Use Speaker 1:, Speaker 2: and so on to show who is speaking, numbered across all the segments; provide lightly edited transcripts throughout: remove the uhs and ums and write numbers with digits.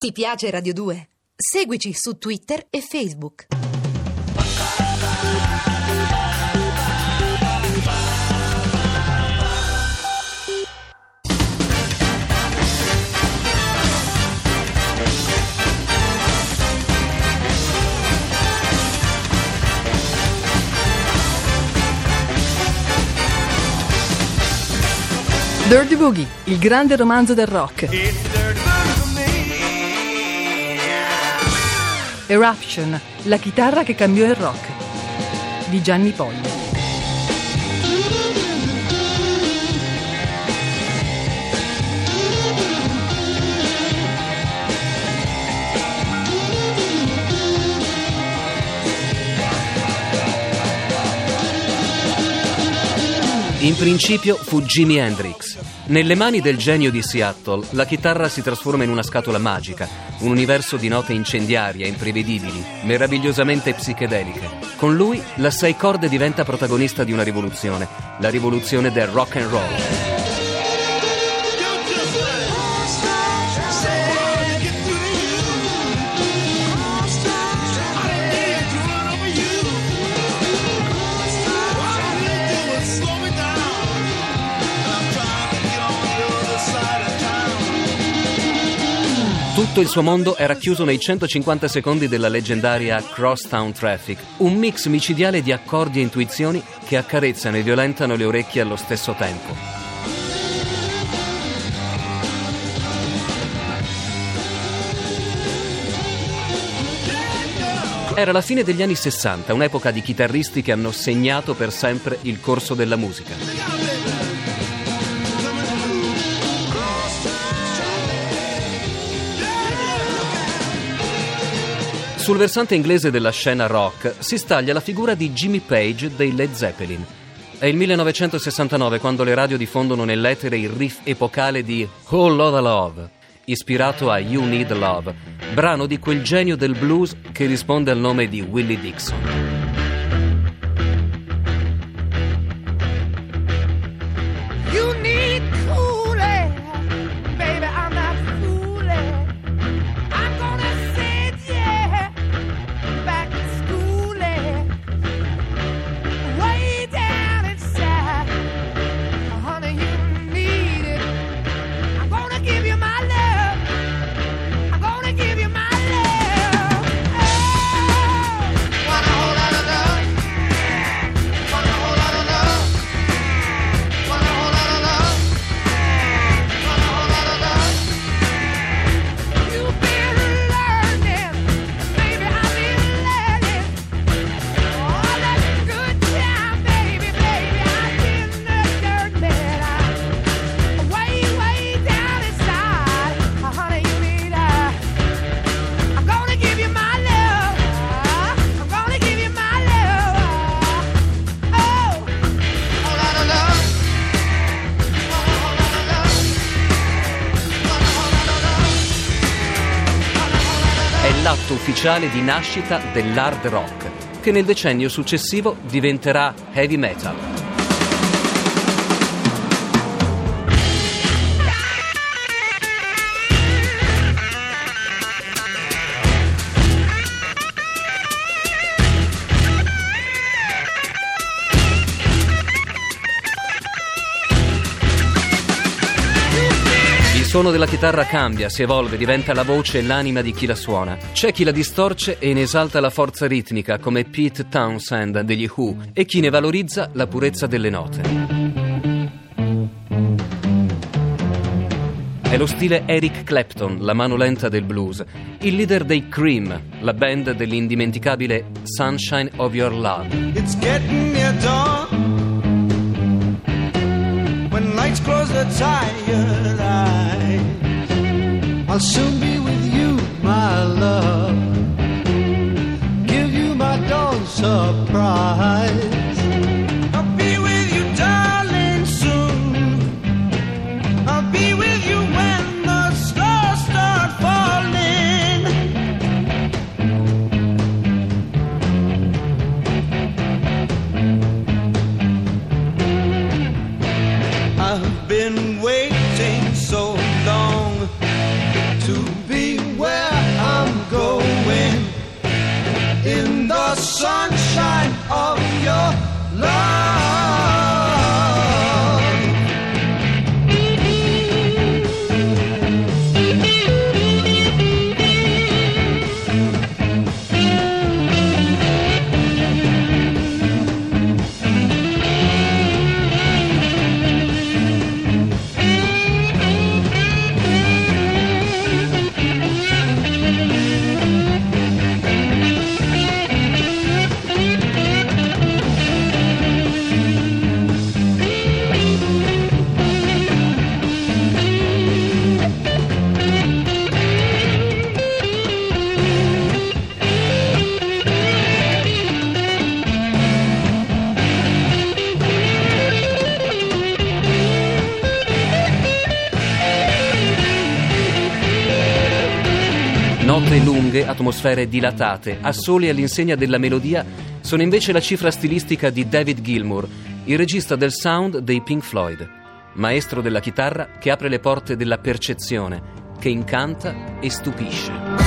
Speaker 1: Ti piace Radio 2? Seguici su Twitter e Facebook.
Speaker 2: Dirty Boogie, il grande romanzo del rock. Eruption, la chitarra che cambiò il rock, di Gianni Poglia.
Speaker 3: In principio fu Jimi Hendrix. Nelle mani del genio di Seattle, la chitarra si trasforma in una scatola magica, un universo di note incendiarie, imprevedibili, meravigliosamente psichedeliche. Con lui, la 6 corde diventa protagonista di una rivoluzione, la rivoluzione del rock and roll. Tutto il suo mondo era chiuso nei 150 secondi della leggendaria Crosstown Traffic, un mix micidiale di accordi e intuizioni che accarezzano e violentano le orecchie allo stesso tempo. Era la fine degli anni 60, un'epoca di chitarristi che hanno segnato per sempre il corso della musica. Sul versante inglese della scena rock si staglia la figura di Jimmy Page dei Led Zeppelin. È il 1969 quando le radio diffondono nell'etere il riff epocale di Whole Lotta Love, ispirato a You Need Love, brano di quel genio del blues che risponde al nome di Willie Dixon. L'atto ufficiale di nascita dell'hard rock, che nel decennio successivo diventerà heavy metal. Il suono della chitarra cambia, si evolve, diventa la voce e l'anima di chi la suona. C'è chi la distorce e ne esalta la forza ritmica, come Pete Townshend degli Who, e chi ne valorizza la purezza delle note. È lo stile Eric Clapton, la mano lenta del blues, il leader dei Cream, la band dell'indimenticabile Sunshine of Your Love.
Speaker 4: It's getting near dawn. When lights close the tired eyes, I'll soon be with you, my love. Give you my dawn surprise. I'll be with you, darling, soon. I'll be with you when the stars start falling. I've been waiting so long to be where
Speaker 3: Note lunghe, atmosfere dilatate, assoli all'insegna della melodia sono invece la cifra stilistica di David Gilmour, il regista del sound dei Pink Floyd, maestro della chitarra che apre le porte della percezione, che incanta e stupisce.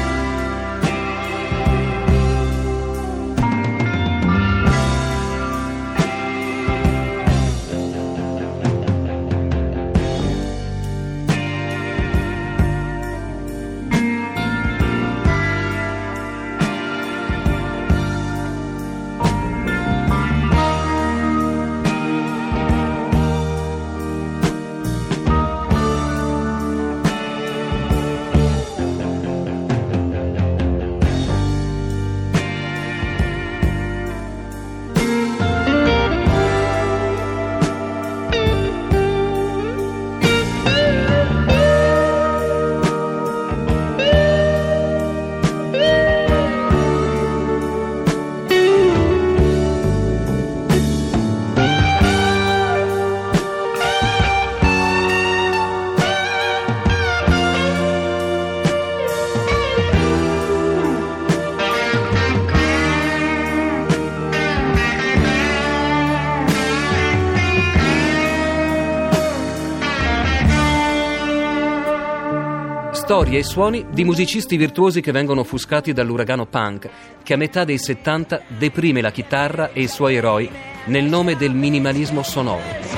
Speaker 3: Storie e suoni di musicisti virtuosi che vengono offuscati dall'uragano punk, che a metà dei 70 deprime la chitarra e i suoi eroi nel nome del minimalismo sonoro.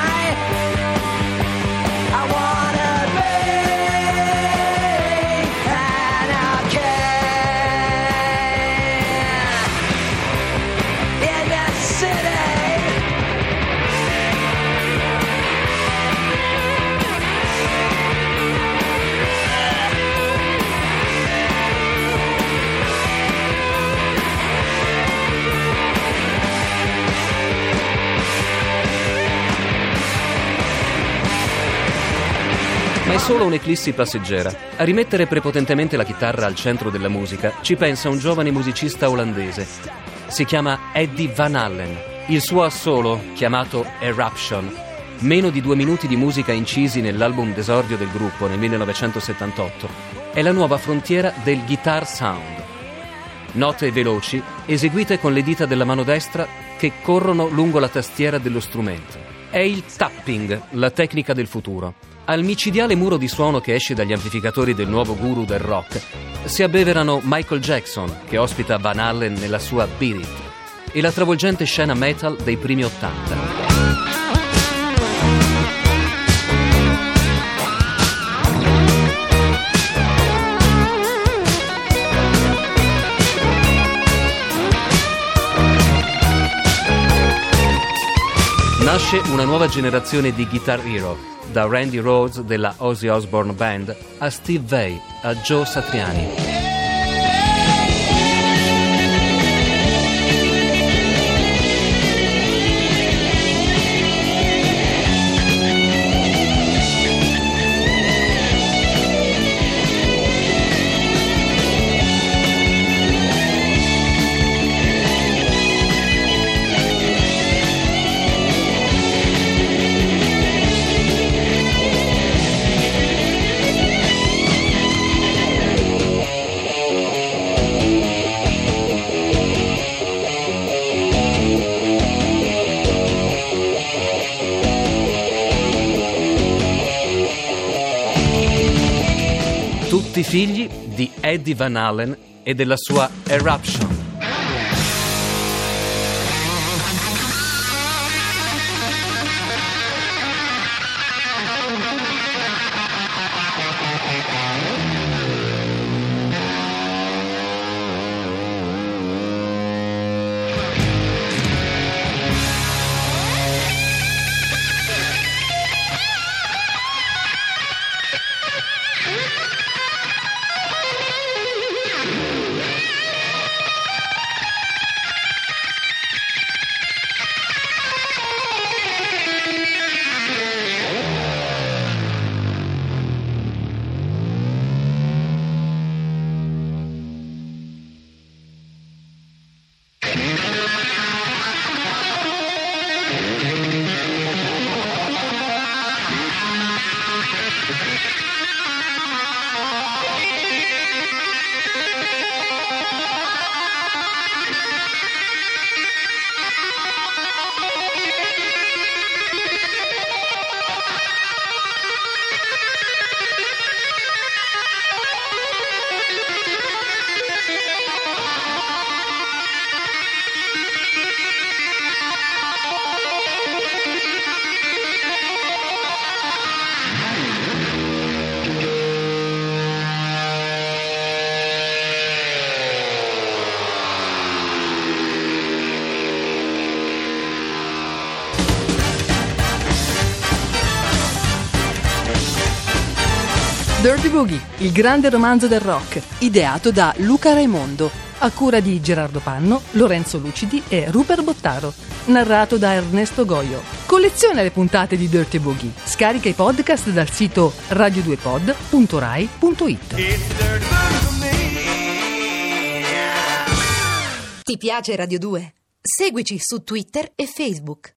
Speaker 3: Ma è solo un'eclissi passeggera. A rimettere prepotentemente la chitarra al centro della musica ci pensa un giovane musicista olandese. Si chiama Eddie Van Halen. Il suo assolo, chiamato Eruption, meno di 2 minuti di musica incisi nell'album d'esordio del gruppo nel 1978, è la nuova frontiera del guitar sound. Note veloci, eseguite con le dita della mano destra che corrono lungo la tastiera dello strumento. È il tapping, la tecnica del futuro. Al micidiale muro di suono che esce dagli amplificatori del nuovo guru del rock si abbeverano Michael Jackson, che ospita Van Halen nella sua Beat It, e la travolgente scena metal dei primi '80. Nasce una nuova generazione di guitar hero, da Randy Rhoads della Ozzy Osbourne Band a Steve Vai, a Joe Satriani. Tutti figli di Eddie Van Halen e della sua Eruption.
Speaker 2: Dirty Boogie, il grande romanzo del rock, ideato da Luca Raimondo, a cura di Gerardo Panno, Lorenzo Lucidi e Rupert Bottaro, narrato da Ernesto Goio. Colleziona le puntate di Dirty Boogie, scarica i podcast dal sito radio2pod.rai.it.
Speaker 1: Ti piace Radio 2? Seguici su Twitter e Facebook.